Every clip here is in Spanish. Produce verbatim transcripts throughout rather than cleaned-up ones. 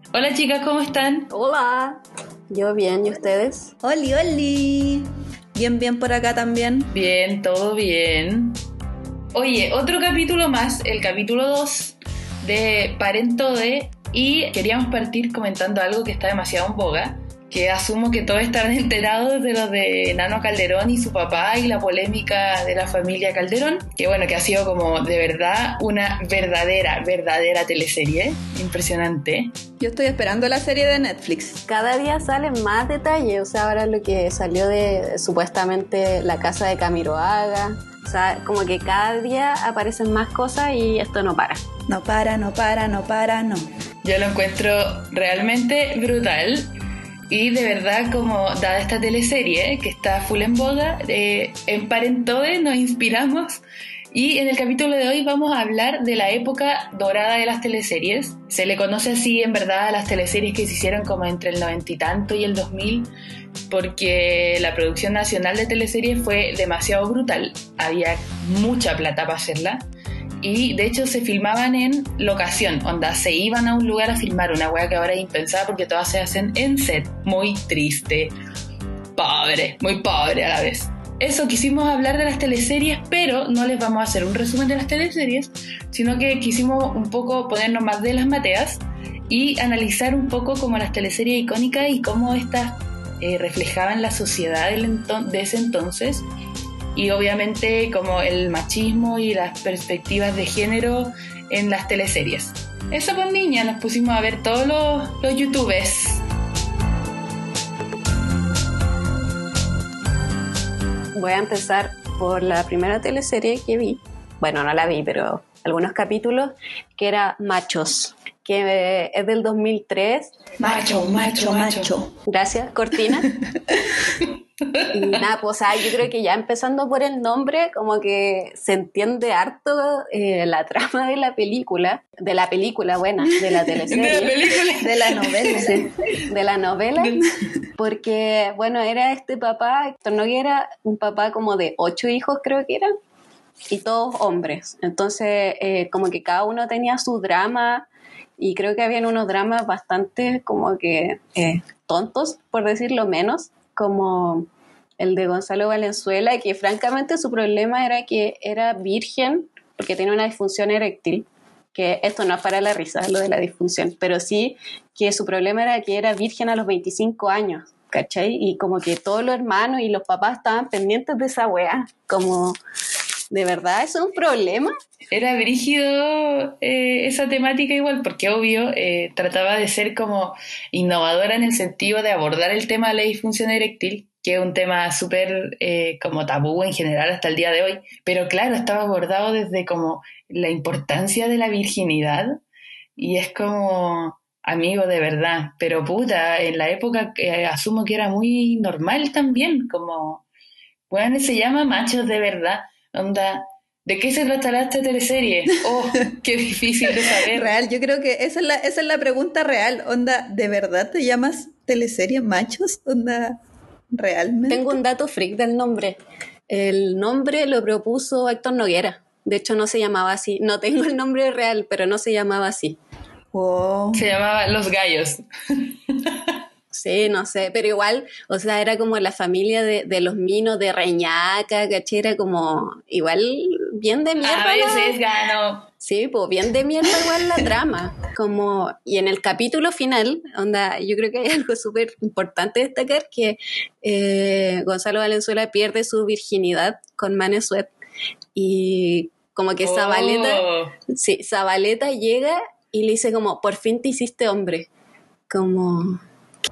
Hola chicas, ¿cómo están? Hola, yo bien, ¿y ustedes? Oli, oli. Bien, bien por acá también. Bien, todo bien. Oye, otro capítulo más, el capítulo dos de Parentode, y queríamos partir comentando algo que está demasiado en boga, que asumo que todos estarán enterados de lo de Nano Calderón y su papá y la polémica de la familia Calderón, que bueno, que ha sido como de verdad una verdadera, verdadera teleserie, impresionante. Yo estoy esperando la serie de Netflix. Cada día salen más detalles, o sea, ahora lo que salió de supuestamente la casa de Camiroaga, o sea, como que cada día aparecen más cosas y esto no para. No para, no para, no para, no. Yo lo encuentro realmente brutal. Y de verdad, como dada esta teleserie que está full en boga, eh, en Parentode nos inspiramos y en el capítulo de hoy vamos a hablar de la época dorada de las teleseries. Se le conoce así en verdad a las teleseries que se hicieron como entre el noventa y tanto y el dos mil, porque la producción nacional de teleseries fue demasiado brutal, había mucha plata para hacerla. Y de hecho se filmaban en locación, onda, se iban a un lugar a filmar, una wea que ahora es impensada porque todas se hacen en set. Muy triste, pobre, muy pobre a la vez. Eso, quisimos hablar de las teleseries, pero no les vamos a hacer un resumen de las teleseries, sino que quisimos un poco ponernos más de las mateas y analizar un poco como las teleseries icónicas y cómo estas eh, reflejaban la sociedad del ento- de ese entonces. Y obviamente como el machismo y las perspectivas de género en las teleseries. Eso pues niña, nos pusimos a ver todos los, los youtubers. Voy a empezar por la primera teleserie que vi, bueno, no la vi, pero algunos capítulos, que era Machos, que es del dos mil tres. Macho, macho, macho. Gracias, Cortina. Y nada, pues, o sea, yo creo que ya empezando por el nombre, como que se entiende harto eh, la trama de la película, de la película buena, de la teleserie. De la película. De la novela. Sí, de la novela, porque, bueno, era este papá, Héctor Noguera, un papá como de ocho hijos creo que eran, y todos hombres. Entonces, eh, como que cada uno tenía su drama, y creo que habían unos dramas bastante como que eh, tontos, por decirlo menos, como el de Gonzalo Valenzuela, que francamente su problema era que era virgen porque tenía una disfunción eréctil, que esto no es para la risa, lo de la disfunción, pero sí que su problema era que era virgen a los veinticinco años, ¿cachai? Y como que todos los hermanos y los papás estaban pendientes de esa weá, como, ¿de verdad eso es un problema? Era brígido eh, esa temática igual, porque obvio eh, trataba de ser como innovadora en el sentido de abordar el tema de la disfunción eréctil, que es un tema súper eh, como tabú en general hasta el día de hoy, pero claro, estaba abordado desde como la importancia de la virginidad, y es como, amigo, de verdad, pero puta, en la época eh, asumo que era muy normal también, como, bueno, se llama Machos de verdad, onda. ¿De qué se tratará esta teleserie? Oh, qué difícil de saber. Real, yo creo que esa es la, esa es la pregunta real. Onda, ¿de verdad te llamas teleserie Machos? Onda, ¿realmente? Tengo un dato freak del nombre. El nombre lo propuso Héctor Noguera. De hecho, no se llamaba así. No tengo el nombre real, pero no se llamaba así. Wow. Se llamaba Los Gallos. Sí, no sé, pero igual, o sea, era como la familia de, de los Minos de Reñaca, ¿cachai? Era como, igual, bien de mierda. A veces gano. Sí, pues bien de mierda igual la trama. Como, y en el capítulo final, onda, yo creo que hay algo súper importante destacar, que eh, Gonzalo Valenzuela pierde su virginidad con Manesuet y como que Oh. Zabaleta, sí, Zabaleta llega y le dice como, por fin te hiciste hombre. Como...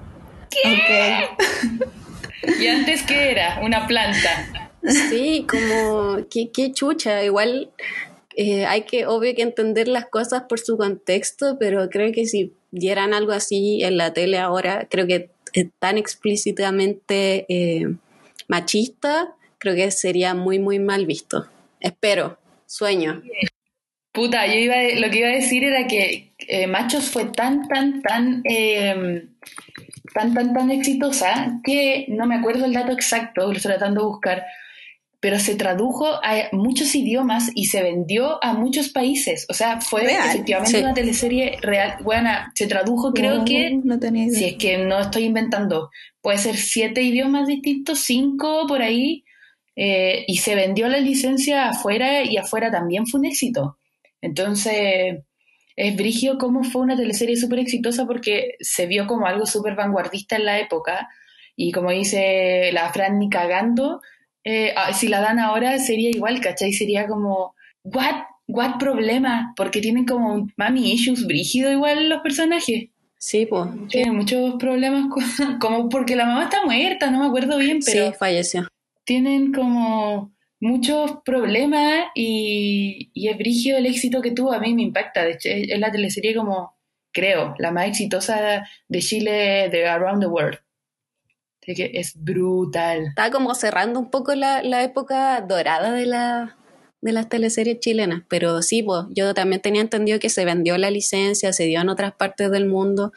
Ok. ¿Y antes qué era? Una planta. Sí, como, qué, qué chucha, igual eh, hay que, obvio que entender las cosas por su contexto, pero creo que si dieran algo así en la tele ahora, creo que es tan explícitamente eh, machista, creo que sería muy, muy mal visto. Espero, sueño. Puta, yo iba a- lo que iba a decir era que eh, Machos fue tan, tan, tan, eh, tan, tan, tan exitosa que no me acuerdo el dato exacto, lo estoy tratando de buscar, pero se tradujo a muchos idiomas y se vendió a muchos países. O sea, fue Real, efectivamente sí. una teleserie real. Bueno, se tradujo, creo No, que, no tenía idea. si es que no estoy inventando, puede ser siete idiomas distintos, cinco por ahí, eh, y se vendió la licencia afuera y afuera también fue un éxito. Entonces, es brigio cómo fue una teleserie súper exitosa porque se vio como algo súper vanguardista en la época y como dice la Fran, ni cagando, eh, ah, si la dan ahora sería igual, ¿cachai? Sería como, what, what problema, porque tienen como un mami issues brígido igual los personajes. Sí, pues. Tienen muchos problemas, con- como porque la mamá está muerta, no me acuerdo bien, pero Sí, falleció. tienen como muchos problemas y, y es brígido el éxito que tuvo, a mí me impacta. De hecho, es la teleserie como, creo, la más exitosa de Chile de Around the World. Así que es brutal. Está como cerrando un poco la, la época dorada de, la, de las teleseries chilenas, pero sí, pues yo también tenía entendido que se vendió la licencia, se dio en otras partes del mundo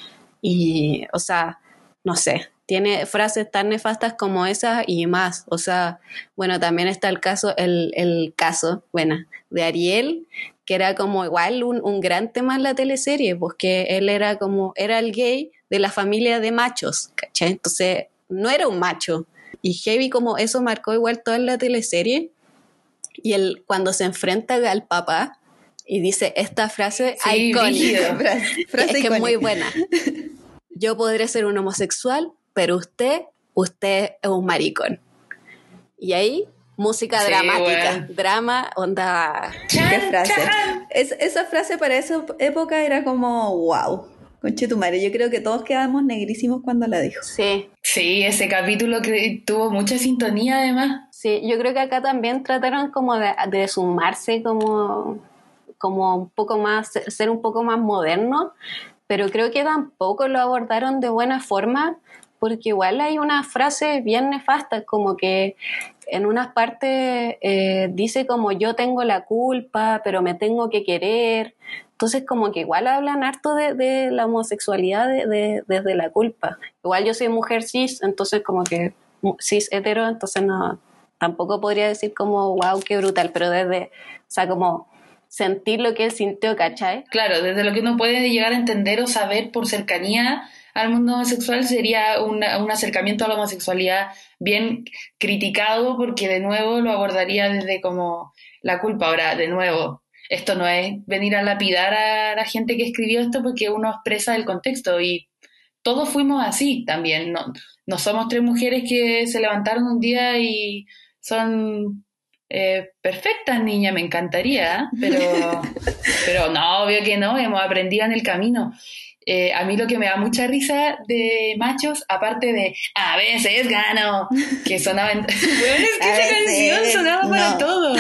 y, o sea, no sé, tiene frases tan nefastas como esas y más. O sea, bueno, también está el caso, el, el caso, bueno, de Ariel, que era como igual un, un gran tema en la teleserie, pues que él era como, era el gay de la familia de machos, ¿cachai? Entonces, no era un macho. Y heavy como eso marcó igual toda la teleserie. Y él, cuando se enfrenta al papá y dice esta frase Sí, icónica, brígido. Frase, frase es que es muy icónica. buena. Yo podré ser un homosexual, pero usted, usted es un maricón. Y ahí, música Sí, dramática, bueno. drama, onda. Qué Chan, frase. chan. Es, esa frase para esa época era como wow. Conchetumare, yo creo que todos quedamos negrísimos cuando la dijo. Sí, Sí, ese capítulo que tuvo mucha sintonía además. sí, yo creo que acá también trataron como de, de sumarse como, como un poco más, ser un poco más moderno, pero creo que tampoco lo abordaron de buena forma, porque igual hay una frase bien nefasta, como que en unas partes eh, dice como yo tengo la culpa, pero me tengo que querer. Entonces como que igual hablan harto de, de la homosexualidad de, de, desde la culpa. Igual yo soy mujer cis, entonces como que cis hetero, entonces no, tampoco podría decir como wow, qué brutal, pero desde, o sea, como sentir lo que él sintió, ¿cachai? Claro, desde lo que uno puede llegar a entender o saber por cercanía al mundo homosexual sería una- un acercamiento a la homosexualidad bien criticado porque de nuevo lo abordaría desde como la culpa. Ahora, de nuevo, esto no es venir a lapidar a la gente que escribió esto porque uno expresa el contexto y todos fuimos así también. No, no somos tres mujeres que se levantaron un día y son eh, perfectas, niña, me encantaría, pero, pero no, obvio que no, hemos aprendido en el camino. Eh, a mí lo que me da mucha risa de machos, aparte de a veces gano, que sonaba en... Bueno, es que A esa veces, canción sonaba para no. todo.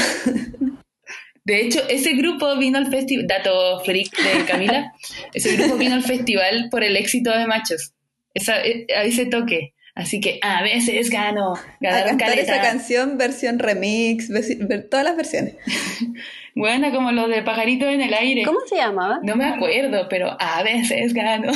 De hecho, ese grupo vino al festival, dato freak de Camila, ese grupo vino al festival por el éxito de Machos. Esa, eh, a ese toque. Así que a veces gano, A ganaron cantar esa caleta. canción, versión remix, versi- ver- todas las versiones. Bueno, como los de Pajaritos en el Aire. ¿Cómo se llamaba? No me acuerdo, pero a veces gano.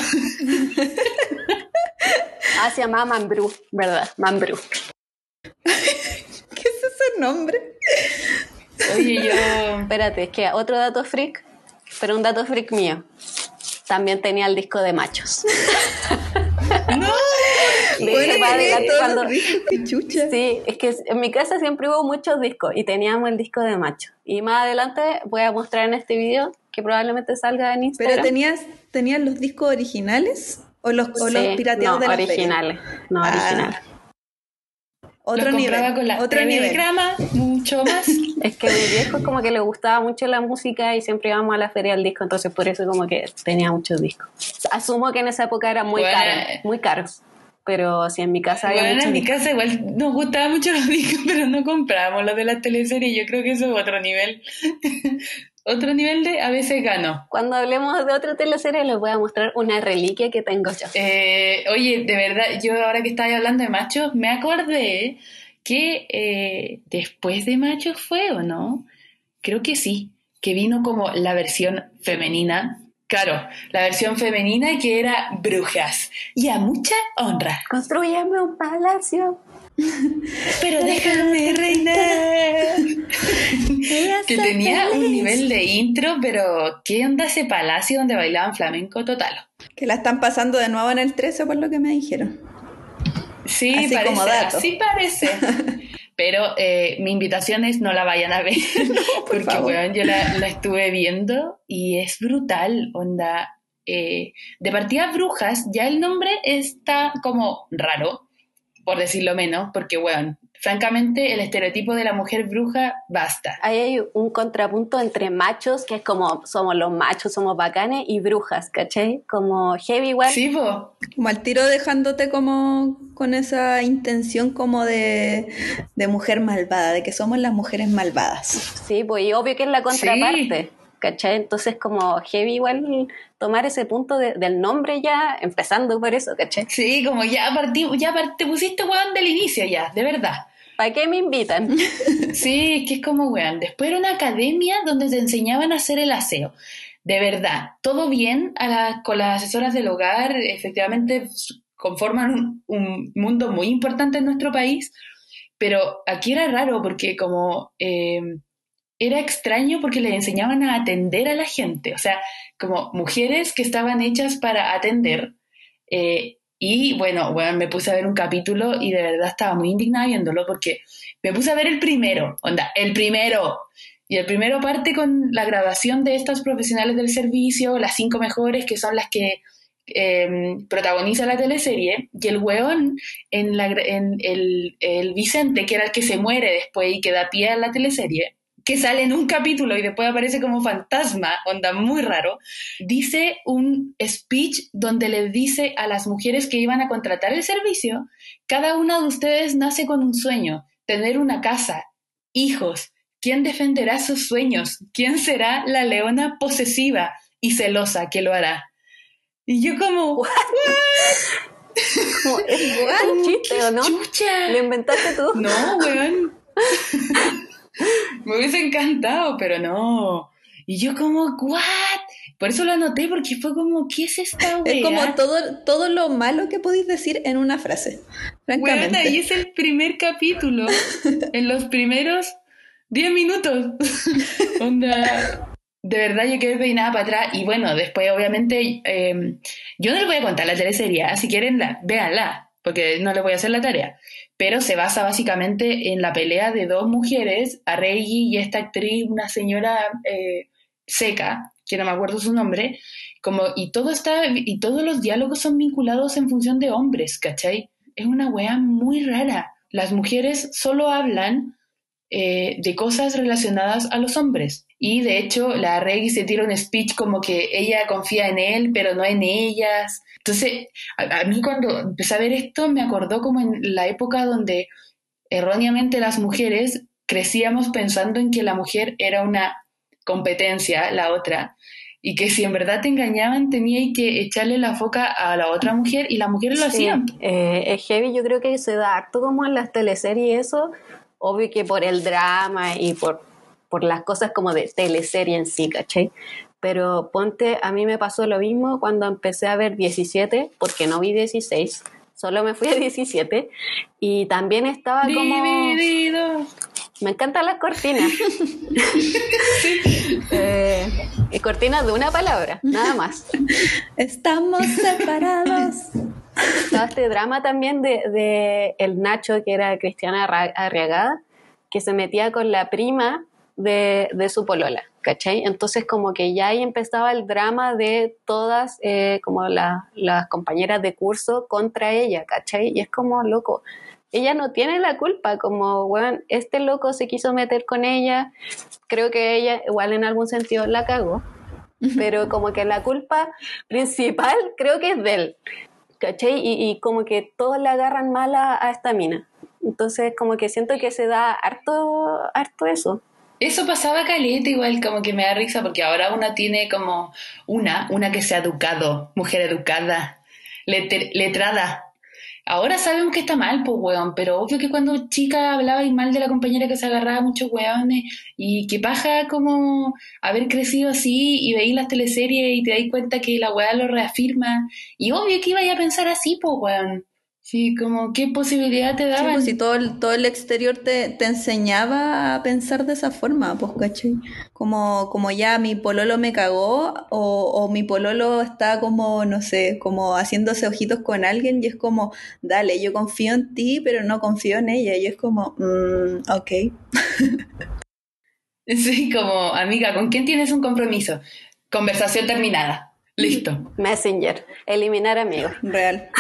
Ah, se llamaba Mambrú, ¿verdad? Mambrú. ¿Qué es ese nombre? Oye, yo... Espérate, es que otro dato freak, pero un dato freak mío. También tenía el disco de machos. ¡No! De Bueno, hecho, más adelante todos cuando- los discos, qué chucha. Sí, es que en mi casa siempre hubo muchos discos y teníamos el disco de macho. Y más adelante voy a mostrar en este video, que probablemente salga en Instagram. ¿Pero tenías, tenías los discos originales o los, o Sí, los pirateados no, de la feria? originales, no Ah, originales. Otro Los nivel, compraba con la otro nivel. telegrama, mucho más. Es que a mi viejo como que le gustaba mucho la música y siempre íbamos a la feria del disco, entonces por eso como que tenía muchos discos. Asumo que en esa época eran muy Bueno. caros, muy caros. Pero si en mi casa había Bueno, muchos en mi discos. casa igual nos gustaban mucho los discos, pero no comprábamos los de las teleseries. Yo creo que eso es otro nivel. Otro nivel de a veces gano. Cuando hablemos de otra teleserie les voy a mostrar una reliquia que tengo yo. Eh, oye, de verdad, yo ahora que estaba hablando de machos, me acordé que eh, después de machos fue, ¿o no? Creo que sí, que vino como la versión femenina. Claro, la versión femenina que era Brujas. Y a mucha honra. Construyeme un palacio. Pero déjame reinar. Que tenía un nivel de intro, pero ¿qué onda ese palacio donde bailaban flamenco total? Que la están pasando de nuevo en el trece por lo que me dijeron. Sí, así parece, como dato. Así parece. Pero eh, mi invitación es no la vayan a ver. No, por porque, favor. bueno, yo la, la estuve viendo y es brutal, onda. Eh, de partida Brujas, ya el nombre está como raro, por decirlo menos, porque, bueno, francamente el estereotipo de la mujer bruja basta. Ahí hay un contrapunto entre machos, que es como somos los machos, somos bacanes, y brujas, ¿cachai? Como heavy igual. Sí, po. Como al tiro dejándote como con esa intención como de, de mujer malvada, de que somos las mujeres malvadas. Sí, pues y obvio que es la contraparte. Sí. ¿Cachai? Entonces como heavy igual tomar ese punto de, del nombre ya, empezando por eso, ¿cachai? Sí, como ya partí, ya part, te pusiste weón del inicio ya, de verdad. ¿Para qué me invitan? Sí, es que es como weón. Después era una academia donde te enseñaban a hacer el aseo. De verdad, todo bien a la, con las asesoras del hogar, efectivamente conforman un, un mundo muy importante en nuestro país, pero aquí era raro porque como... Eh, era extraño porque les enseñaban a atender a la gente, o sea, como mujeres que estaban hechas para atender, eh, y bueno, bueno, me puse a ver un capítulo y de verdad estaba muy indignada viéndolo porque me puse a ver el primero, onda, el primero, y el primero parte con la grabación de estas profesionales del servicio, las cinco mejores que son las que eh, protagoniza la teleserie, y el weón, en, la, en el, el Vicente, que era el que se muere después y que da pie a la teleserie, que sale en un capítulo y después aparece como fantasma, onda muy raro, dice un speech donde le dice a las mujeres que iban a contratar el servicio, cada una de ustedes nace con un sueño, tener una casa, hijos, ¿quién defenderá sus sueños? ¿Quién será la leona posesiva y celosa que lo hará? Y yo como... ¿What? Como, ¿es, ¿Es un chiste o no? Chucha. ¿Lo inventaste tú? No, weón. Me hubiese encantado, pero no. Y yo como, ¿what? Por eso lo anoté, porque fue como, ¿qué es esta wea? Es como todo, todo lo malo que podéis decir en una frase, francamente. Bueno, y es el primer capítulo, en los primeros diez minutos. Onda, de verdad yo quedé peinada para atrás. Y bueno, después obviamente, eh, yo no les voy a contar la teleserie, ¿eh? Si quieren, la, véanla, porque no les voy a hacer la tarea. Pero se basa básicamente en la pelea de dos mujeres, Arregui y esta actriz, una señora eh, seca, que no me acuerdo su nombre, como, y todo está, y todos los diálogos son vinculados en función de hombres, ¿cachai? Es una wea muy rara. Las mujeres solo hablan eh, de cosas relacionadas a los hombres. Y de hecho, la Arregui se tira un speech como que ella confía en él, pero no en ellas. Entonces, a, a mí cuando empecé a ver esto me acordó como en la época donde erróneamente las mujeres crecíamos pensando en que la mujer era una competencia, la otra, y que si en verdad te engañaban tenías que echarle la foca a la otra mujer y las mujeres lo sí, hacían. Eh, es heavy, yo creo que se da harto como en las teleseries eso, obvio que por el drama y por, por las cosas como de teleserie en sí, ¿cachai? Pero ponte, a mí me pasó lo mismo cuando empecé a ver diecisiete, porque no vi dieciséis, solo me fui a diecisiete, y también estaba como... Dividido. Me encantan las cortinas. eh, y cortinas de una palabra, nada más. Estamos separados. Estaba este drama también de, de el Nacho, que era Cristiana Arriagada, que se metía con la prima de, de su polola, ¿cachai? Entonces como que ya ahí empezaba el drama de todas eh, como la, las compañeras de curso contra ella, ¿cachai? Y es como, loco, ella no tiene la culpa, como, bueno, este loco se quiso meter con ella, creo que ella igual en algún sentido la cagó, pero como que la culpa principal creo que es de él, ¿cachai? Y, y como que todos la agarran mal a, a esta mina. Entonces como que siento que se da harto, harto eso. Eso pasaba caleta igual, como que me da risa, porque ahora una tiene como una, una que se ha educado, mujer educada, leter, letrada. Ahora sabemos que está mal, pues, weón, pero obvio que cuando chica hablaba y mal de la compañera que se agarraba muchos weones, y que paja como haber crecido así y veís las teleseries y te dais cuenta que la weá lo reafirma, y obvio que iba a pensar así, pues, weón. Sí, como qué posibilidad te Sí, daban. pues si todo el, todo el exterior te, te enseñaba a pensar de esa forma, pues, ¿cachai? Como, como ya mi pololo me cagó o, o mi pololo está como, no sé, como haciéndose ojitos con alguien y es como, dale, yo confío en ti, pero no confío en ella. Y es como, mm, ok, Sí, como, amiga, ¿con quién tienes un compromiso? Conversación terminada. Listo. Messenger, eliminar amigos. real.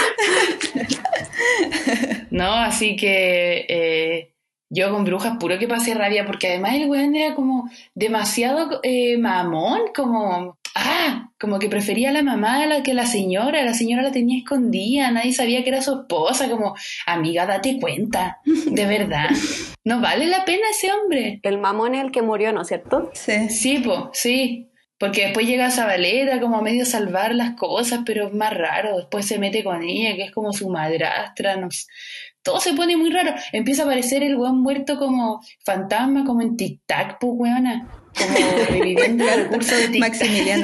¿No? Así que eh, yo con Brujas puro que pasé rabia, porque además el weón era como demasiado eh, mamón, como, ah, como que prefería a la mamá a la que a la señora, la señora la tenía escondida, nadie sabía que era su esposa, como, amiga, date cuenta, de verdad, no vale la pena ese hombre. El mamón es el que murió, ¿no es cierto? Sí. Sí, po, sí. Porque después llega Zabaleta como a medio salvar las cosas, pero es más raro. Después se mete con ella, que es como su madrastra, no sé. Todo se pone muy raro. Empieza a aparecer el weón muerto como fantasma, como en Tic-Tac, pues weona. Como reviviendo el recurso de Tic-Tac. Maximiliano.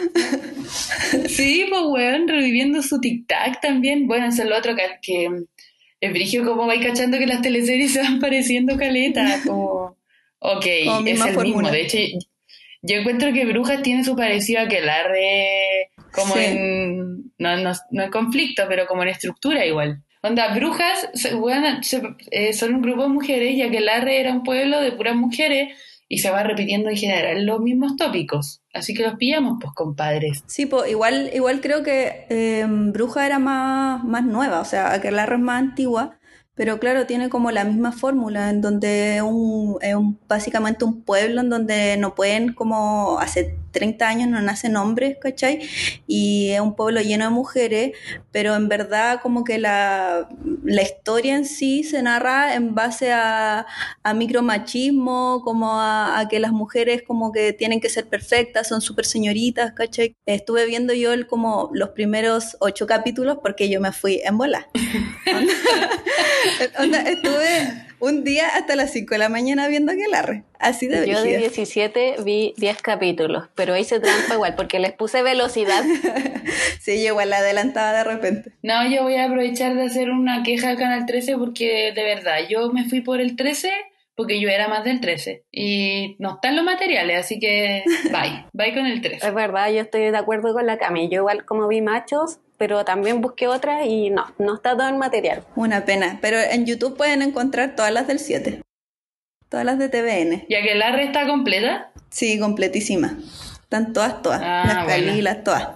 Sí, pues weón, reviviendo su Tic-Tac también. Bueno, eso es lo otro que, que el brigio como va cachando que las teleseries se van pareciendo caleta. Como, ok, Como es misma el fórmula. mismo. De hecho, yo encuentro que Brujas tiene su parecido a Aquelarre, como Sí. en, no, no, no en conflicto, pero como en estructura igual. Onda, Brujas se- bueno, se- eh, son un grupo de mujeres y Aquelarre era un pueblo de puras mujeres y se va repitiendo en general los mismos tópicos. Así que los pillamos, pues, compadres. Sí, pues igual, igual creo que eh, Bruja era más, más nueva, o sea, Aquelarre es más antigua, pero claro, tiene como la misma fórmula, en donde es un, es un- básicamente un pueblo en donde no pueden, como hace treinta años no nacen hombres, ¿cachai? Y es un pueblo lleno de mujeres, pero en verdad como que la, la historia en sí se narra en base a, a micromachismo, como a, a que las mujeres como que tienen que ser perfectas, son súper señoritas, ¿cachai? Estuve viendo yo el, como los primeros ocho capítulos porque yo me fui en bola. Onda, onda, estuve un día hasta las cinco de la mañana viendo Aquelarre, así de Yo de brígida. diecisiete vi diez capítulos, pero hice trampa igual porque les puse velocidad. Sí, yo igual la adelantaba de repente. No, yo voy a aprovechar de hacer una queja al Canal trece porque de verdad, yo me fui por el trece porque yo era más del trece y no están los materiales, así que bye, bye con el trece. Es verdad, yo estoy de acuerdo con la Cami. Yo igual como vi Machos, pero también busqué otras y no, no está todo en material. Una pena, pero en YouTube pueden encontrar todas las del siete, todas las de T V N. ¿Ya que la red está completa? Sí, completísima. Están todas, todas. Ah, las bueno. Calilas, todas.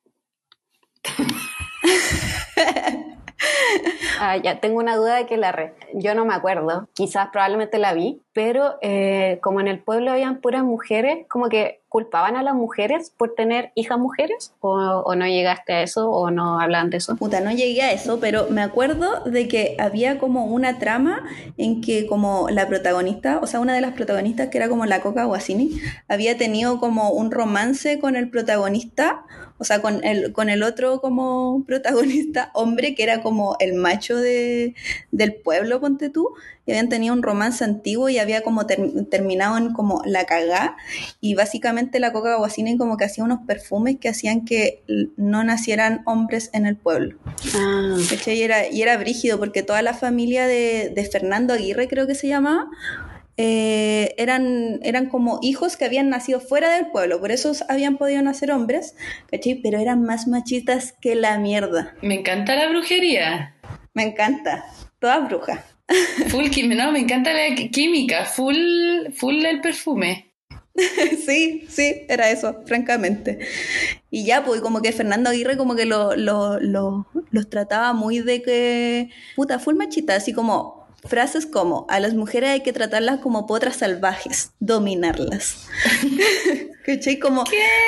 Ah, ya tengo una duda de que la red, yo no me acuerdo, quizás probablemente la vi, pero eh, como en el pueblo habían puras mujeres, como que culpaban a las mujeres por tener hijas mujeres, o, o no llegaste a eso, o no hablaban de eso. Puta, no llegué a eso, pero me acuerdo de que había como una trama en que como la protagonista, o sea, una de las protagonistas que era como la Coca Guasini, había tenido como un romance con el protagonista, o sea, con el, con el otro como protagonista hombre, que era como el macho de, del pueblo, ponte tú, y habían tenido un romance antiguo y había como ter- terminado en como la cagá, y básicamente la Coca Guasini como que hacía unos perfumes que hacían que l- no nacieran hombres en el pueblo. Ah, ¿Cachai? Y era, y era brígido porque toda la familia de, de Fernando Aguirre, creo que se llamaba, eh, eran, eran como hijos que habían nacido fuera del pueblo, por eso habían podido nacer hombres, ¿cachai? Pero eran más machistas que la mierda. Me encanta la brujería. Me encanta. Todas brujas. Full química, no, me encanta la qui- química, full, full el perfume. Sí, sí, era eso, francamente. Y ya, pues como que Fernando Aguirre como que lo, lo, lo- los trataba muy de que, puta, full machista, así como frases como, a las mujeres hay que tratarlas como potras salvajes, dominarlas. ¿Cachai? Como,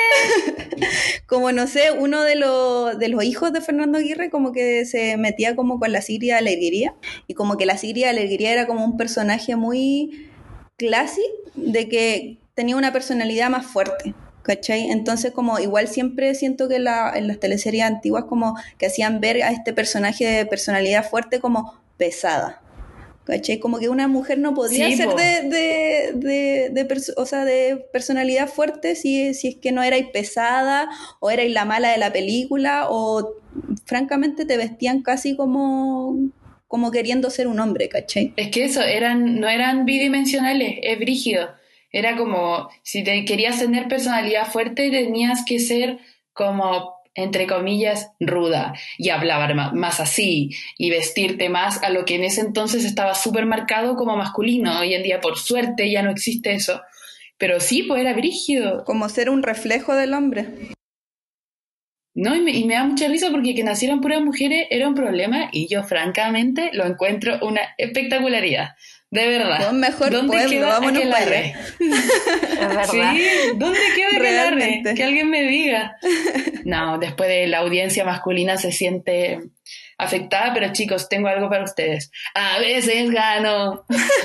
como no sé, uno de, los de los hijos de Fernando Aguirre como que se metía como con la Siria Alegría, y como que la Siria Alegría era como un personaje muy classy, de que tenía una personalidad más fuerte, ¿cachai? Entonces como igual siempre siento que la, en las teleseries antiguas como que hacían ver a este personaje de personalidad fuerte como pesada, ¿cachai? Como que una mujer no podía Sí, ser po. de, de, de, de perso- o sea, de personalidad fuerte si, si es que no erais pesada o erais la mala de la película o francamente te vestían casi como, como queriendo ser un hombre, ¿cachai? Es que eso, eran, no eran bidimensionales, es brígido. Era como, si te querías tener personalidad fuerte, tenías que ser como, entre comillas, ruda, y hablar ma- más así, y vestirte más a lo que en ese entonces estaba súper marcado como masculino. Hoy en día, por suerte, ya no existe eso. Pero sí, pues era brígido. Como ser un reflejo del hombre. No, y me, y me da mucha risa porque que nacieran puras mujeres era un problema y yo francamente lo encuentro una espectacularidad. De verdad. Con mejor ¿Dónde pueblo, queda vámonos para Aquelarre? Es verdad. Sí, ¿dónde queda Aquelarre? Realmente. Que alguien me diga. No, después de la audiencia masculina se siente afectada, pero chicos, tengo algo para ustedes. A veces gano.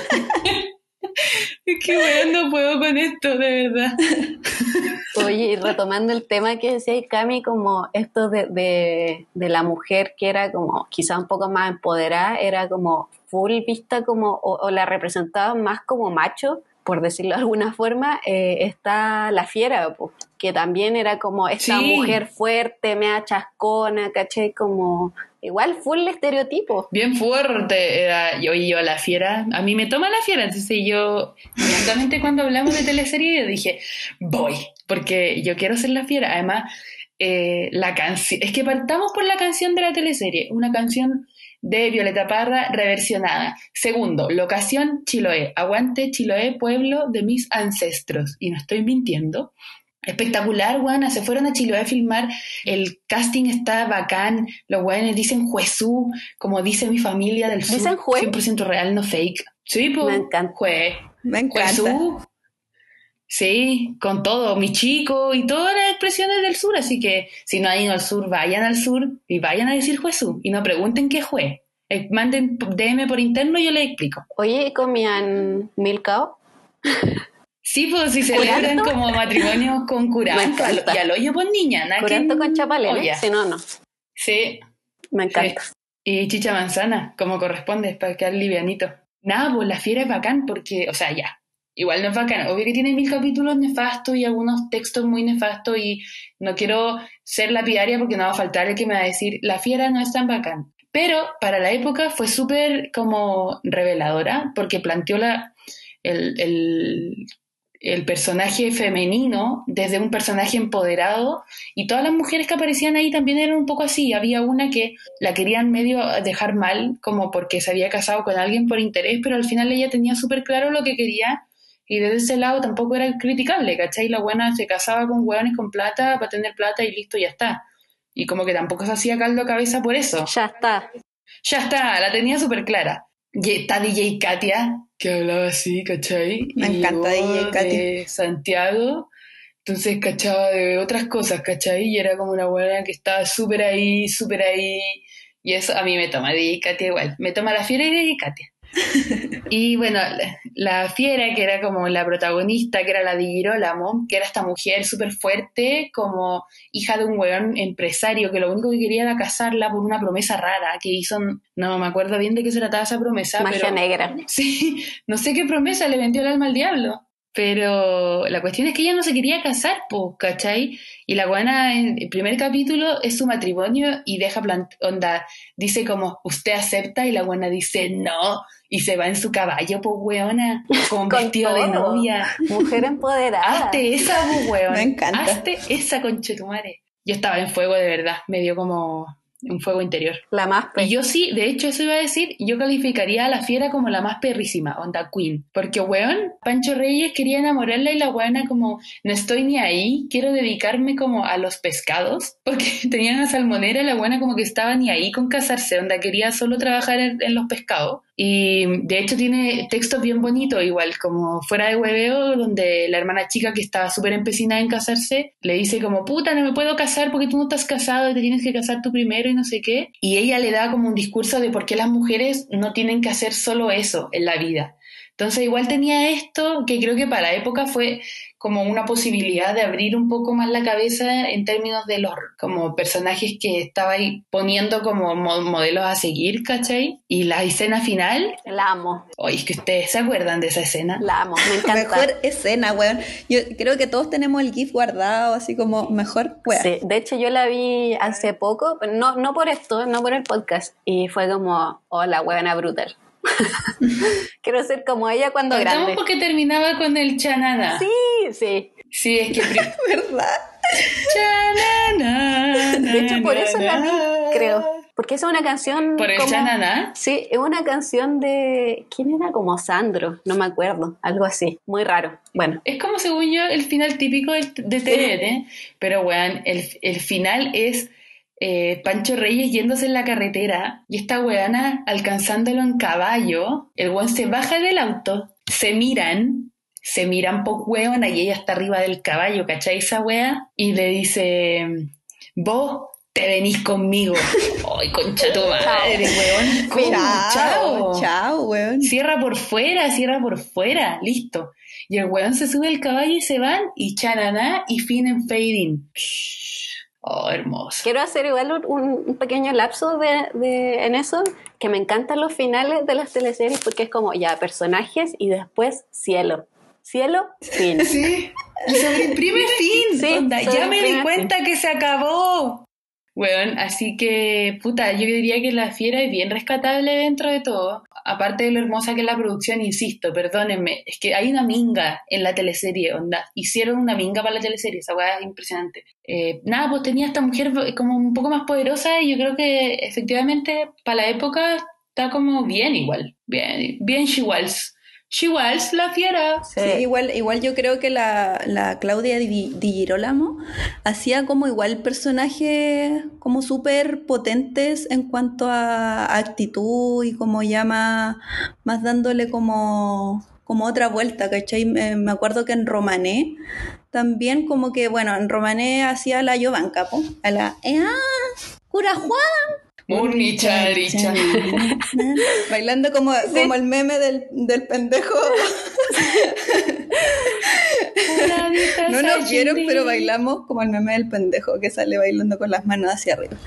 Es que bueno, no puedo con esto, de verdad. Oye, y retomando el tema que decía Cami, como esto de, de, de la mujer que era como quizá un poco más empoderada, era como full vista como, o, o la representaban más como macho, por decirlo de alguna forma, eh, está la fiera, pues, que también era como esta Sí. mujer fuerte, mea chascona, ¿cachai? Como igual full estereotipo. Bien fuerte era yo y yo la fiera. A mí me toma la fiera, entonces yo inmediatamente cuando hablamos de teleserie yo dije, voy, porque yo quiero ser la fiera. Además, eh, la canción, es que partamos por la canción de la teleserie, una canción de Violeta Parra reversionada. Segundo, locación Chiloé, aguante Chiloé, pueblo de mis ancestros. Y no estoy mintiendo. Espectacular, guana, se fueron a Chiloé a filmar, el casting está bacán, los guanes dicen Juezú, como dice mi familia del sur, ¿Dicen jue? cien por ciento real, no fake. Sí, pues, Me encanta. jue, Me encanta. Juezú, sí, con todo, mi chico y todas las expresiones del sur, así que si no han ido al sur, vayan al sur y vayan a decir Juezú y no pregunten qué jue. Eh, manden D M por interno y yo les explico. Oye, ¿comían milcao? Sí, pues si celebran ¿Curanto? como matrimonios con Me curanto, al- encanta. y al hoyo pues niña, nada que- Curanto con chapalele, olla. si no, no. Sí, Me encanta. sí. Y chicha manzana, como corresponde, para quedar livianito. Nada, pues la fiera es bacán porque, o sea, ya, igual no es bacán. Obvio que tiene mil capítulos nefastos y algunos textos muy nefastos y no quiero ser lapidaria porque no va a faltar el que me va a decir, la fiera no es tan bacán. Pero para la época fue súper como reveladora porque planteó la, el, el, el personaje femenino desde un personaje empoderado y todas las mujeres que aparecían ahí también eran un poco así. Había una que la querían medio dejar mal como porque se había casado con alguien por interés, pero al final ella tenía súper claro lo que quería y desde ese lado tampoco era criticable, ¿cachai? La buena se casaba con hueones con plata para tener plata y listo, ya está. Y como que tampoco se hacía caldo a cabeza por eso. Ya está. Ya está, la tenía súper clara. Y está D J Katia, que hablaba así, ¿cachai? Me Y encanta llegó D J Katia. de Santiago, entonces cachaba de otras cosas, ¿cachai? Y era como una buena que estaba súper ahí, súper ahí. Y eso a mí me toma D J Katia igual. Me toma la fiera y D J Katia. Y bueno, la, la fiera, que era como la protagonista, que era la de Girolamo, que era esta mujer súper fuerte, como hija de un weón empresario, que lo único que quería era casarla por una promesa rara que hizo, no me acuerdo bien de qué se trataba esa promesa, Magia pero negra. sí, no sé qué promesa le vendió el alma al diablo. Pero la cuestión es que ella no se quería casar, pues, ¿cachai? Y la guana en el primer capítulo es su matrimonio y deja plant onda, dice como, ¿usted acepta? Y la guana dice, no, y se va en su caballo, pues, weona, con Con vestido de todo. novia. Mujer empoderada. Hazte esa, pues, weón. Me encanta. Hazte esa, conchetumare. Yo estaba en fuego, de verdad, me dio como un fuego interior. La más pe. Y yo sí, de hecho eso iba a decir, yo calificaría a la fiera como la más perrísima, onda queen. Porque, weón, Pancho Reyes quería enamorarla y la weona como, no estoy ni ahí, quiero dedicarme como a los pescados. Porque tenían una salmonera y la weona como que estaba ni ahí con casarse, onda quería solo trabajar en, en los pescados. Y de hecho tiene textos bien bonitos, igual, como fuera de hueveo, donde la hermana chica que estaba súper empecinada en casarse, le dice como, puta, no me puedo casar porque tú no estás casado y te tienes que casar tú primero y no sé qué. Y ella le da como un discurso de por qué las mujeres no tienen que hacer solo eso en la vida. Entonces igual tenía esto que creo que para la época fue como una posibilidad de abrir un poco más la cabeza en términos de los como personajes que estaba ahí poniendo como mo- modelos a seguir, ¿cachai? Y la escena final, La amo, oye, es que ustedes se acuerdan de esa escena. la amo, me encanta. Mejor escena, weón. Yo creo que todos tenemos el GIF guardado, así como mejor, weón. Sí, de hecho yo la vi hace poco, pero no, no por esto, no por el podcast, y fue como, hola, huevona brutal. Quiero ser como ella cuando Contamos grande. porque terminaba con el chanana. Sí, sí. Sí, es que... pri- ¿Verdad? chanana, De hecho, por eso la vi, na, creo. Porque es una canción. ¿Por el como- chanana? Sí, es una canción de. ¿Quién era? Como Sandro, no me acuerdo. Algo así. Muy raro. Bueno. Es como, según yo, el final típico del- de T V T, pero, weón, el, el final es eh, Pancho Reyes yéndose en la carretera y esta weana alcanzándolo en caballo. El weón se baja del auto, se miran, se miran po' weona y ella está arriba del caballo, ¿cachai esa wea? Y le dice, vos te venís conmigo. Ay, concha tu madre, weón. ¿Cómo? Chao, Chao. chao, weón. Cierra por fuera, cierra por fuera, listo. Y el weón se sube al caballo y se van, y chananá, y fin en fading. Oh, hermoso. Quiero hacer igual un, un pequeño lapso de, de, en eso, que me encantan los finales de las teleseries porque es como ya personajes y después cielo. Cielo, fin. Sí, y sobreimprime fin. Sí, Onda, ya me sobreimprime di cuenta que se acabó. Weón, así que, puta, yo diría que La Fiera es bien rescatable dentro de todo. Aparte de lo hermosa que es la producción, insisto, perdónenme, es que hay una minga en la teleserie, onda. Hicieron una minga para la teleserie, esa weá es impresionante. Eh, nada, pues tenía esta mujer como un poco más poderosa y yo creo que efectivamente para la época está como bien igual. Bien, bien she walls. She walls, La Fiera. Sí. Sí, igual, igual yo creo que la, la Claudia Di, Di Girolamo hacía como igual personajes como súper potentes en cuanto a, a actitud y como ya más, más dándole como, como otra vuelta, ¿cachai? Me, me acuerdo que en Romané también como que, bueno, en Romané hacía la Jovanka, po, a la ¡Ea! ¡Cura Juan! Murnicha, richa. Bailando como, como el meme del, del pendejo. No nos vieron, pero bailamos como el meme del pendejo que sale bailando con las manos hacia arriba.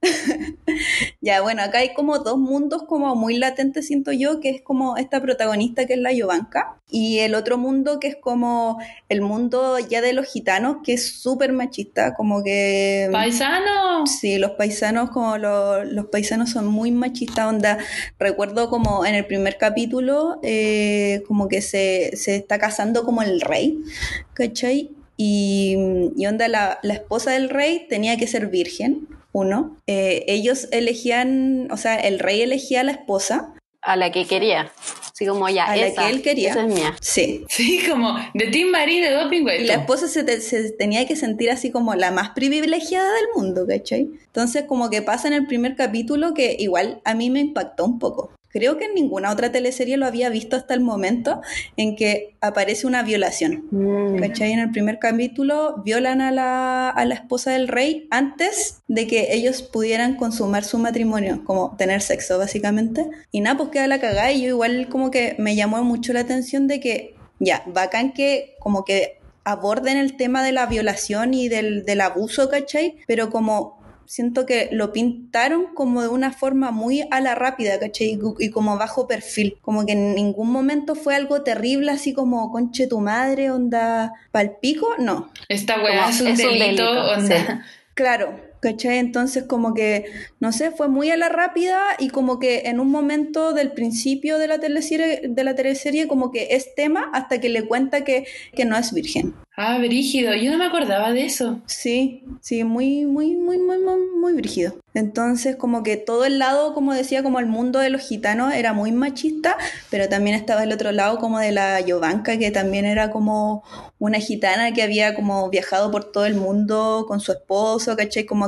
Ya, bueno, acá hay como dos mundos como muy latentes, siento yo, que es como esta protagonista que es la Jovanka, y el otro mundo que es como el mundo ya de los gitanos, que es súper machista, como que... ¡Paisano! Sí, los paisanos, como lo- los paisanos son muy machistas, onda. Recuerdo como en el primer capítulo, eh, como que se, se está casando como el rey, ¿cachai? Y, y onda, la, la esposa del rey tenía que ser virgen, uno. Eh, ellos elegían, o sea, el rey elegía a la esposa, A la que quería. Así como ya, a la esa, que él quería. esa es mía. Sí. Sí, como de Tim Marín de Doping, güey. Y la esposa se, te- se tenía que sentir así como la más privilegiada del mundo, ¿cachai? Entonces como que pasa en el primer capítulo que igual a mí me impactó un poco. Creo que en ninguna otra teleserie lo había visto hasta el momento en que aparece una violación. Mm. ¿Cachai? En el primer capítulo violan a la, a la esposa del rey antes de que ellos pudieran consumar su matrimonio, como tener sexo básicamente. Y nada, pues queda la cagada y yo igual como que me llamó mucho la atención de que, ya, bacán que como que aborden el tema de la violación y del, del abuso, ¿cachai? Pero como... siento que lo pintaron como de una forma muy a la rápida, ¿cachai? Y, y como bajo perfil. Como que en ningún momento fue algo terrible, así como, conche tu madre, onda, palpico, no. Esta weá Como es un es un delito, delito, onda. sí. Claro, ¿cachai? Entonces como que, no sé, fue muy a la rápida y como que en un momento del principio de la teleserie, de la teleserie como que es tema hasta que le cuenta que, que no es virgen. Ah, brígido, yo no me acordaba de eso. Sí, sí, muy, muy, muy, muy, muy, muy brígido. Entonces, como que todo el lado, como decía, como el mundo de los gitanos era muy machista, pero también estaba el otro lado como de la Jovanka, que también era como una gitana que había como viajado por todo el mundo con su esposo, ¿cachai? Como que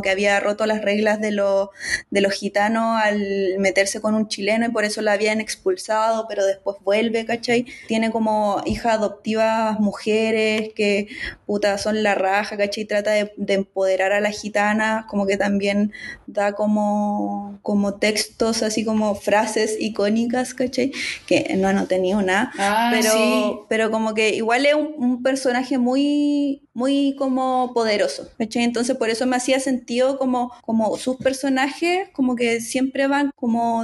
que había roto las reglas de, los de los gitanos al meterse con un chileno y por eso la habían expulsado, pero después vuelve, ¿cachai? Tiene como hijas adoptivas mujeres que, puta, son la raja, ¿cachai? Trata de, de empoderar a las gitanas, como que también da como, como textos, así como frases icónicas, ¿cachai? Que no, no tenía nada, Ah, pero, sí. pero como que igual es un, un personaje muy, muy como poderoso, ¿cachai? Entonces por eso me hacía sentido como, como sus personajes, como que siempre van como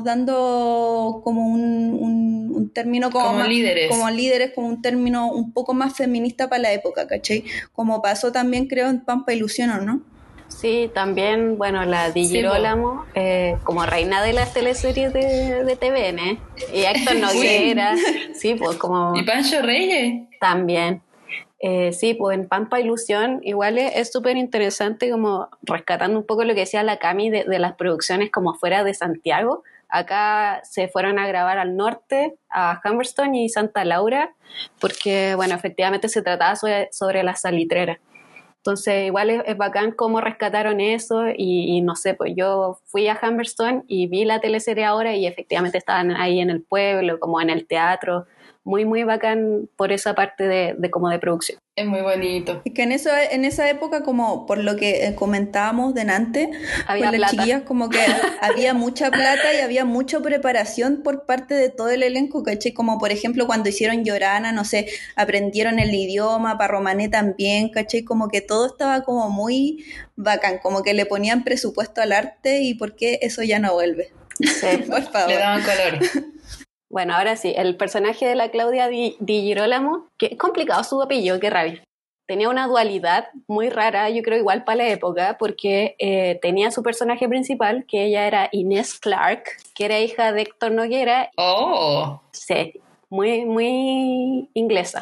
dando como un, un, un término como, Como más, líderes. como líderes, como un término un poco más feminista para la época, ¿cachai? Como pasó también creo en Pampa Ilusión, ¿o no? Sí, también, bueno, la Di Sí, po. Girolamo, eh, como reina de las teleseries de, de T V N, y Héctor Noguera, sí, pues como ¿Y Pancho Reyes? también. Eh, sí, pues en Pampa Ilusión igual es súper interesante como rescatando un poco lo que decía la Cami de, de las producciones como fuera de Santiago. Acá se fueron a grabar al norte, a Humberstone y Santa Laura, porque, bueno, efectivamente se trataba sobre, sobre las salitreras. Entonces igual es, es bacán cómo rescataron eso y, y no sé, pues yo fui a Humberstone y vi la teleserie ahora y efectivamente estaban ahí en el pueblo, como en el teatro, muy muy bacán por esa parte de, de como de producción. Es muy bonito. Es que en, eso, en esa época, como por lo que eh, comentábamos delante, Había con las plata. chiquillas, como que había mucha plata y había mucha preparación por parte de todo el elenco, ¿cachai? Como por ejemplo cuando hicieron Llorana, no sé, aprendieron el idioma, para Romané también, ¿cachai? Como que todo estaba como muy bacán, como que le ponían presupuesto al arte y por qué eso ya no vuelve. Sí. Por favor. Le daban color. Bueno, ahora sí, el personaje de la Claudia Di, Di Girolamo, que es complicado su apellido, qué rabia. Tenía una dualidad muy rara, yo creo igual para la época, porque eh, tenía su personaje principal, que ella era Inés Clark, que era hija de Héctor Noguera. Oh. Sí, muy, muy inglesa.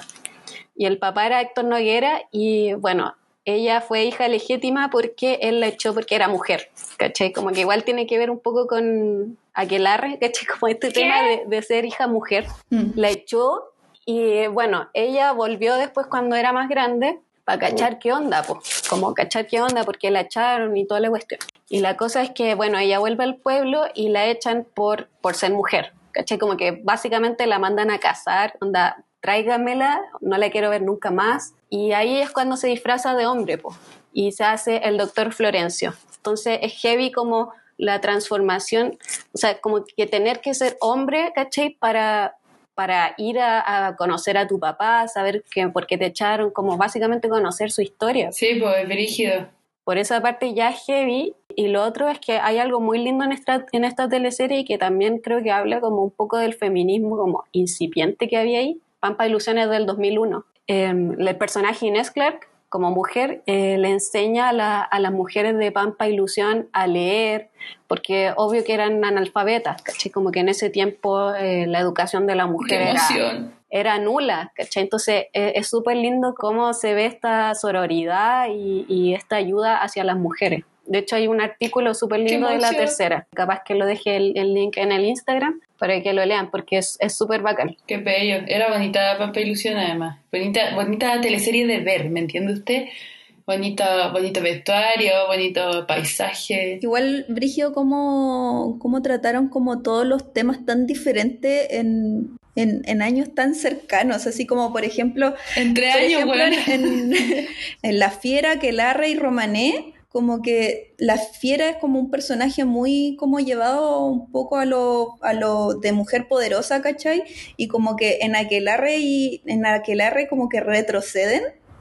Y el papá era Héctor Noguera y, bueno, ella fue hija legítima porque él la echó porque era mujer, ¿cachai? Como que igual tiene que ver un poco con aquelarre, ¿cachai? Como este ¿Qué? tema de, de ser hija mujer. Mm. La echó y, bueno, ella volvió después cuando era más grande para cachar qué onda, pues, como cachar qué onda porque la echaron y toda la cuestión. Y la cosa es que, bueno, ella vuelve al pueblo y la echan por, por ser mujer, ¿cachai? Como que básicamente la mandan a casar, onda, tráigamela, no la quiero ver nunca más. Y ahí es cuando se disfraza de hombre, po, y se hace el doctor Florencio. Entonces es heavy como la transformación, o sea, como que tener que ser hombre, ¿cachai? Para, para ir a, a conocer a tu papá, saber que, por qué te echaron, como básicamente conocer su historia. Sí, pues es brígido. Por esa parte ya es heavy. Y lo otro es que hay algo muy lindo en esta, en esta teleserie y que también creo que habla como un poco del feminismo como incipiente que había ahí. Pampa Ilusiones del dos mil uno. Eh, el personaje Inés Clark, como mujer, eh, le enseña a, la, a las mujeres de Pampa Ilusión a leer, porque obvio que eran analfabetas, ¿cachai? Como que en ese tiempo eh, la educación de la mujer ¡Qué era, emoción! era nula, ¿cachai? Entonces eh, es súper lindo cómo se ve esta sororidad y, y esta ayuda hacia las mujeres. De hecho hay un artículo súper lindo de la tercera, capaz que lo deje el, el link en el Instagram para que lo lean porque es súper bacán. Qué bello. Era bonita Pampa Ilusión además. Bonita, bonita teleserie de ver, ¿me entiende usted? Bonito, bonito vestuario, bonito paisaje. Igual, Brigio, cómo, cómo trataron como todos los temas tan diferentes en, en, en años tan cercanos, así como por ejemplo, Entre por años, ejemplo bueno. en, en La Fiera, Aquelarre y Romané, como que La Fiera es como un personaje muy como llevado un poco a lo, a lo de mujer poderosa, ¿cachai? Y como que en Aquelarre y en Aquelarre como que retroceden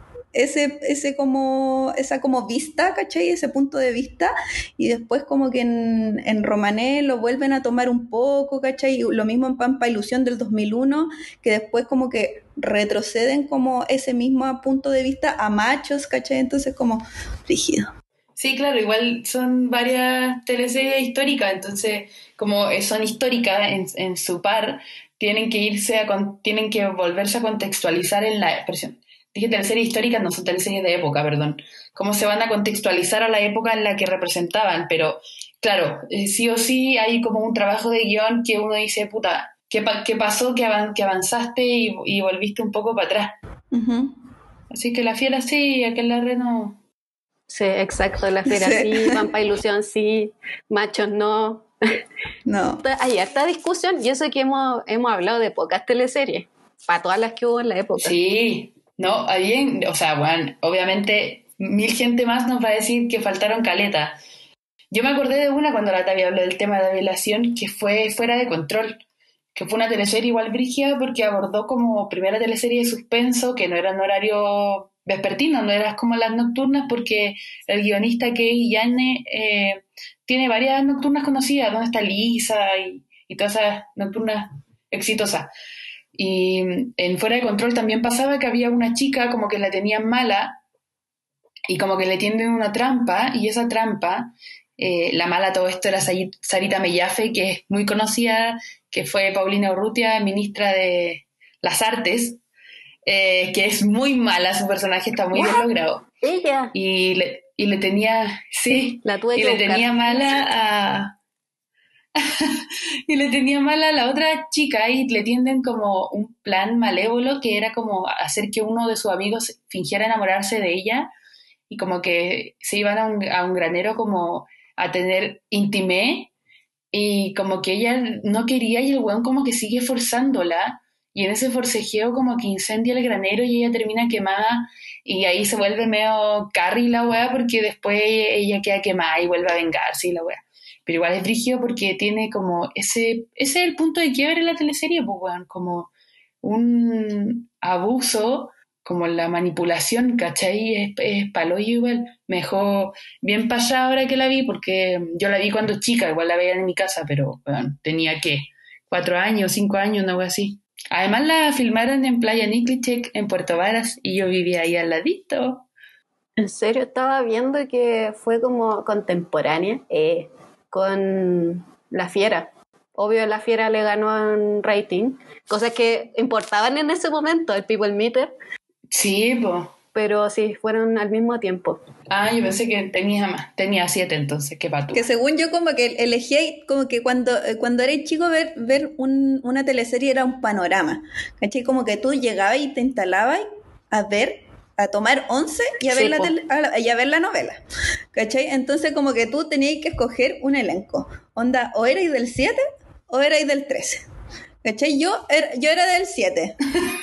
ese, ese como, esa como vista, ¿cachai? Ese punto de vista, y después como que en, en Romané lo vuelven a tomar un poco, ¿cachai? Y lo mismo en Pampa Ilusión del dos mil uno, que después como que retroceden como ese mismo punto de vista a machos, ¿cachai? Entonces como rígido. Sí, claro, igual son varias teleseries históricas, entonces como son históricas en, en su par, tienen que irse a, tienen que volverse a contextualizar en la expresión. Dije teleseries históricas, no son teleseries de época, perdón. Cómo se van a contextualizar a la época en la que representaban, pero claro, eh, sí o sí hay como un trabajo de guión que uno dice, puta, ¿qué, pa- qué pasó? Que, avan- que avanzaste y, y volviste un poco para atrás. Uh-huh. Así que La Fiera sí, aquel la re no. Sí, exacto, la fiera sí, Sí. Pampa Ilusión sí, machos no. No. Hay harta discusión y eso que hemos, hemos hablado de pocas teleseries, para todas las que hubo en la época. Sí, no, alguien, o sea, bueno, obviamente mil gente más nos va a decir que faltaron caleta. Yo me acordé de una cuando la Tavi habló del tema de la violación, que fue Fuera de Control, que fue una teleserie igual brígida porque abordó como primera teleserie de suspenso, que no era en horario vespertino, no era como las nocturnas, porque el guionista Kei Yane eh, tiene varias nocturnas conocidas, donde está Lisa y, y todas esas nocturnas exitosas. Y en Fuera de Control también pasaba que había una chica como que la tenían mala y como que le tienden una trampa, y esa trampa, eh, la mala todo esto era Sarita Mellafe, que es muy conocida, que fue Paulina Urrutia, ministra de las Artes, eh, que es muy mala, su personaje está muy bien logrado. Ella. Y le, y le tenía, sí, la tuve y que le buscar. tenía mala a... y le tenía mala a la otra chica y le tienden como un plan malévolo que era como hacer que uno de sus amigos fingiera enamorarse de ella y como que se iban a un, a un granero como a tener intimé y como que ella no quería y el weón como que sigue forzándola y en ese forcejeo como que incendia el granero y ella termina quemada y ahí se vuelve medio Carrie la wea porque después ella queda quemada y vuelve a vengarse y la wea. Pero igual es brígido porque tiene como ese, ese es el punto de quiebre en la teleserie, pues weón, como un abuso, como la manipulación, ¿cachai? Es, es paloyo igual. Me dejó bien pasada ahora que la vi, porque yo la vi cuando chica, igual la veía en mi casa, pero bueno, tenía que cuatro años, cinco años, algo así. Además la filmaron en Playa Niclichec, en Puerto Varas, y yo vivía ahí al ladito. En serio, estaba viendo que fue como contemporánea eh, con La Fiera. Obvio, La Fiera le ganó en rating, cosas que importaban en ese momento, el People Meter. Sí, pues. Pero sí, fueron al mismo tiempo. Ah, yo pensé que tenía más. Tenía siete entonces, qué pato. Que según yo como que elegí como que cuando, cuando eres chico ver, ver un, una teleserie era un panorama, ¿cachai? Como que tú llegabas y te instalabas a ver, a tomar once y a ver, sí, la, tele, a, y a ver la novela, ¿cachai? Entonces como que tú tenías que escoger un elenco. Onda, o erais del siete o erais del trece, ¿cachai? Yo era, yo era del siete.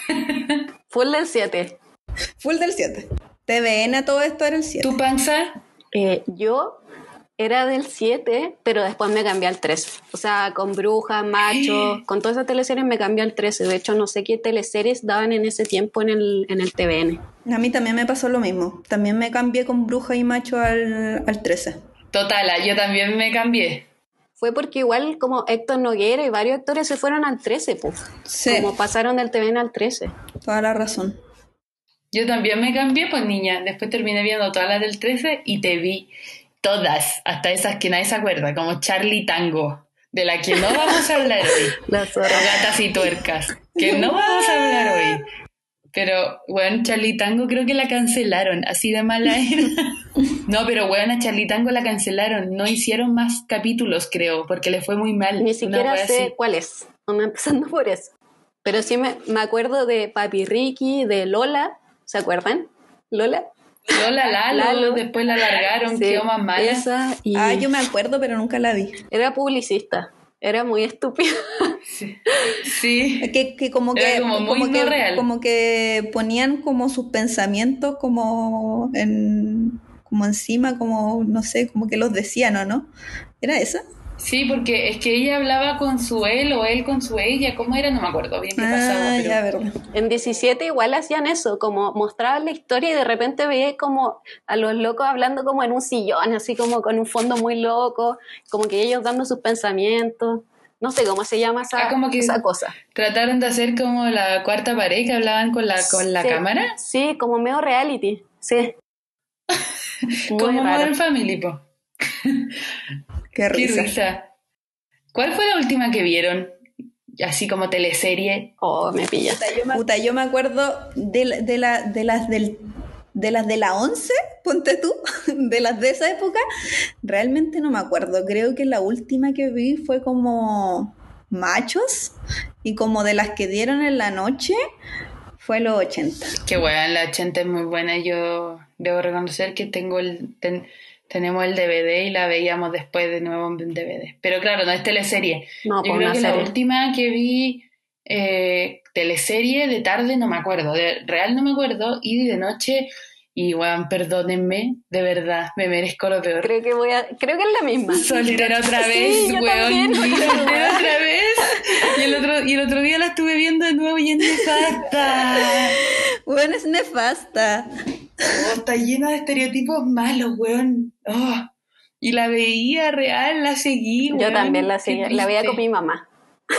Full del siete. Full del siete. T V N a todo esto era el siete. ¿Tu panza? Eh, yo era del siete, pero después me cambié al trece. O sea, con Brujas, Machos, con todas esas teleseries me cambié al trece. De hecho, no sé qué teleseries daban en ese tiempo en el, en el T V N. A mí también me pasó lo mismo. También me cambié con Bruja y Macho al, al trece. Total, yo también me cambié. Fue porque igual como Héctor Noguera y varios actores se fueron al trece, pues. Sí. Como pasaron del T V N al trece. Toda la razón. Yo también me cambié, pues niña. Después terminé viendo todas las del trece y te vi todas, hasta esas que nadie se acuerda, como Charlie Tango, de la que no vamos a hablar hoy. Las horas. Gatas y tuercas, que no vamos a hablar hoy. Pero, bueno, Charlie Tango creo que la cancelaron, así de mala era. No, pero, bueno, a Charlie Tango la cancelaron, no hicieron más capítulos, creo, porque le fue muy mal. Ni siquiera sé así. Cuál es, no empezando por eso. Pero sí me, me acuerdo de Papi Ricky, de Lola, ¿se acuerdan? ¿Lola? Lola Lalo, Lalo. Después la largaron, sí, quedó más mala. Esa y... Ah, yo me acuerdo, pero nunca la vi. Era publicista, era muy estúpida. Sí, sí. Que, que como que, era como, muy como, que, no real. como que ponían como sus pensamientos como en como encima, como no sé, como que los decían, ¿o no? ¿Era esa? Sí, porque es que ella hablaba con su él o él con su ella, ¿cómo era? No me acuerdo bien qué ah, pasaba. Pero... ya, verdad. En diecisiete igual hacían eso, como mostraban la historia y de repente veía como a los locos hablando como en un sillón, así como con un fondo muy loco, como que ellos dando sus pensamientos. No sé cómo se llama esa, ah, como que esa cosa. Trataron de hacer como la cuarta pared que hablaban con la, con la sí, cámara. Sí, como medio reality, sí. Como Modern Family, po. Qué risa. Qué risa. ¿Cuál fue la última que vieron? Así como teleserie. Oh, me pilla. Puta, yo me, Puta, yo me acuerdo de, de, la, de las del... De las de la once, ponte tú, de las de esa época, realmente no me acuerdo. Creo que la última que vi fue como Machos, y como de las que dieron en la noche Fue los ochenta. Qué buena, la ochenta es muy buena. Yo debo reconocer que tengo el ten, tenemos el D V D y la veíamos después de nuevo en D V D. Pero claro, no es teleserie. No, Yo pues creo una que serie. la última que vi eh, teleserie de tarde no me acuerdo, de real no me acuerdo, y de noche, y weón, perdónenme, de verdad, me merezco lo peor. Creo que voy a, creo que es la misma. Soltera otra vez, Sí, yo weón. también. Y soltera otra vez. Y el otro, y el otro día la estuve viendo de nuevo y es nefasta. Weón, es nefasta. Oh, está llena de estereotipos malos, weón. Oh. Y la veía real, la seguí, weón. Yo también la Qué seguía, la veía triste. con mi mamá.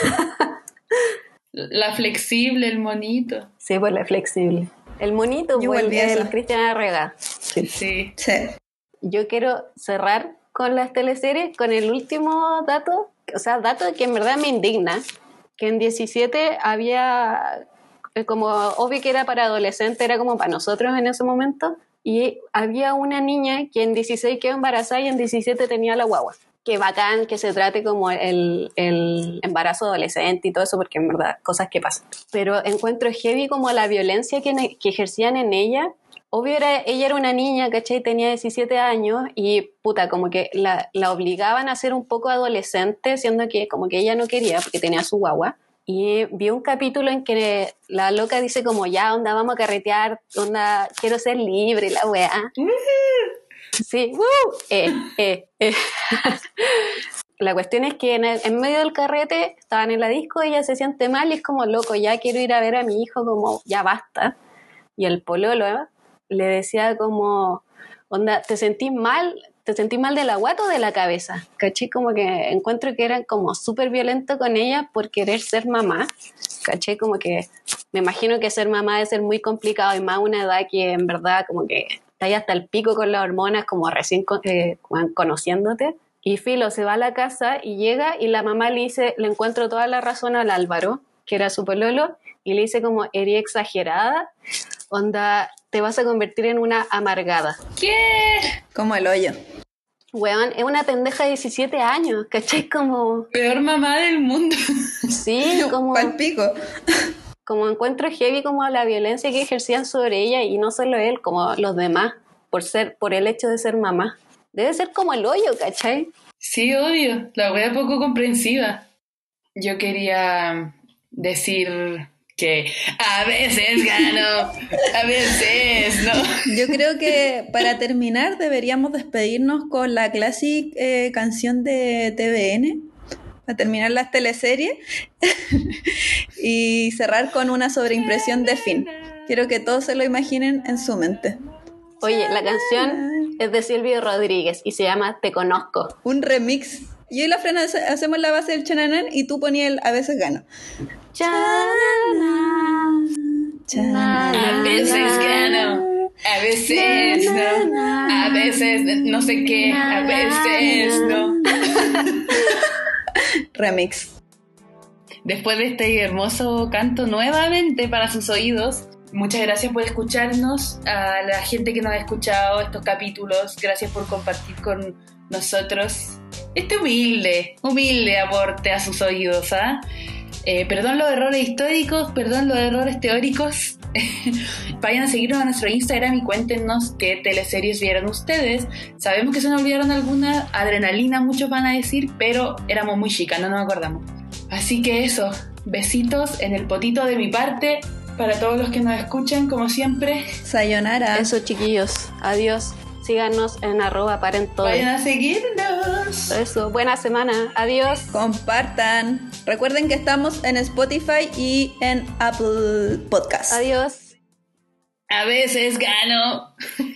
La flexible, el monito. Sí, pues la flexible. El monito, Yo pues, volví a el esa. Cristian Arrega. Sí. Sí. Sí. Yo quiero cerrar con las teleseries con el último dato, o sea, dato que en verdad me indigna, que en diecisiete había, eh, como obvio que era para adolescentes, era como para nosotros en ese momento, y había una niña que en dieciséis quedó embarazada y en diecisiete tenía la guagua. Qué bacán que se trate como el, el embarazo adolescente y todo eso, porque en verdad, cosas que pasan. Pero encuentro heavy como la violencia que, que ejercían en ella. Obvio, era, ella era una niña, ¿cachai? Tenía diecisiete años y, puta, como que la, la obligaban a ser un poco adolescente, siendo que como que ella no quería, porque tenía su guagua. Y vi un capítulo en que la loca dice como, ya, onda, vamos a carretear, onda, quiero ser libre, la weá. Sí, ¡uh! eh, eh, eh. La cuestión es que en, el, en medio del carrete estaban en la disco y ella se siente mal y es como, loco, ya quiero ir a ver a mi hijo, como, ya basta. Y el pololo ¿eh? le decía como, onda, ¿te sentís mal? ¿Te sentís mal de la guata o de la cabeza? ¿Caché? Como que encuentro que eran como súper violentos con ella por querer ser mamá. ¿Caché? Como que me imagino que ser mamá debe ser muy complicado y más a una edad que en verdad como que está ahí hasta el pico con las hormonas, como recién eh, conociéndote. Y Filo se va a la casa y llega y la mamá le dice, le encuentro toda la razón al Álvaro, que era su pololo, y le dice como, eres exagerada, onda, te vas a convertir en una amargada. ¿Qué? Como el hoyo. Weón, es una pendeja de diecisiete años, ¿cachai? Como, Peor mamá del mundo. sí, como, Pal pico. como encuentro heavy como la violencia que ejercían sobre ella y no solo él, como los demás, por ser, por el hecho de ser mamá. Debe ser como el hoyo, ¿cachai? Sí, obvio. La wea es poco comprensiva. Yo quería decir que a veces gano, a veces no. Yo creo que para terminar deberíamos despedirnos con la clásica eh, canción de T V N, para terminar las teleseries, y cerrar con una sobreimpresión de Finn. Quiero que todos se lo imaginen en su mente. Oye, la canción es de Silvio Rodríguez y se llama Te Conozco. Un remix. Yo y la Fran hace- hacemos la base del chananán y tú ponías el a veces gano. A veces gano, a veces no, a veces no sé qué, a veces no. Remix. Después de este hermoso canto nuevamente para sus oídos, muchas gracias por escucharnos, a la gente que nos ha escuchado estos capítulos, gracias por compartir con nosotros este humilde, humilde aporte a sus oídos, ¿ah? Eh, perdón los errores históricos, perdón los errores teóricos. Vayan a seguirnos a nuestro Instagram y cuéntenos qué teleseries vieron ustedes. Sabemos que se nos olvidaron alguna, adrenalina muchos van a decir, pero éramos muy chicas, no nos acordamos. Así que eso, besitos en el potito de mi parte para todos los que nos escuchan, como siempre. Sayonara. Eso, chiquillos. Adiós. Síganos en arroba parentoy. Vayan a seguirnos. Eso, buena semana. Adiós. Compartan. Recuerden que estamos en Spotify y en Apple Podcasts. Adiós. A veces gano.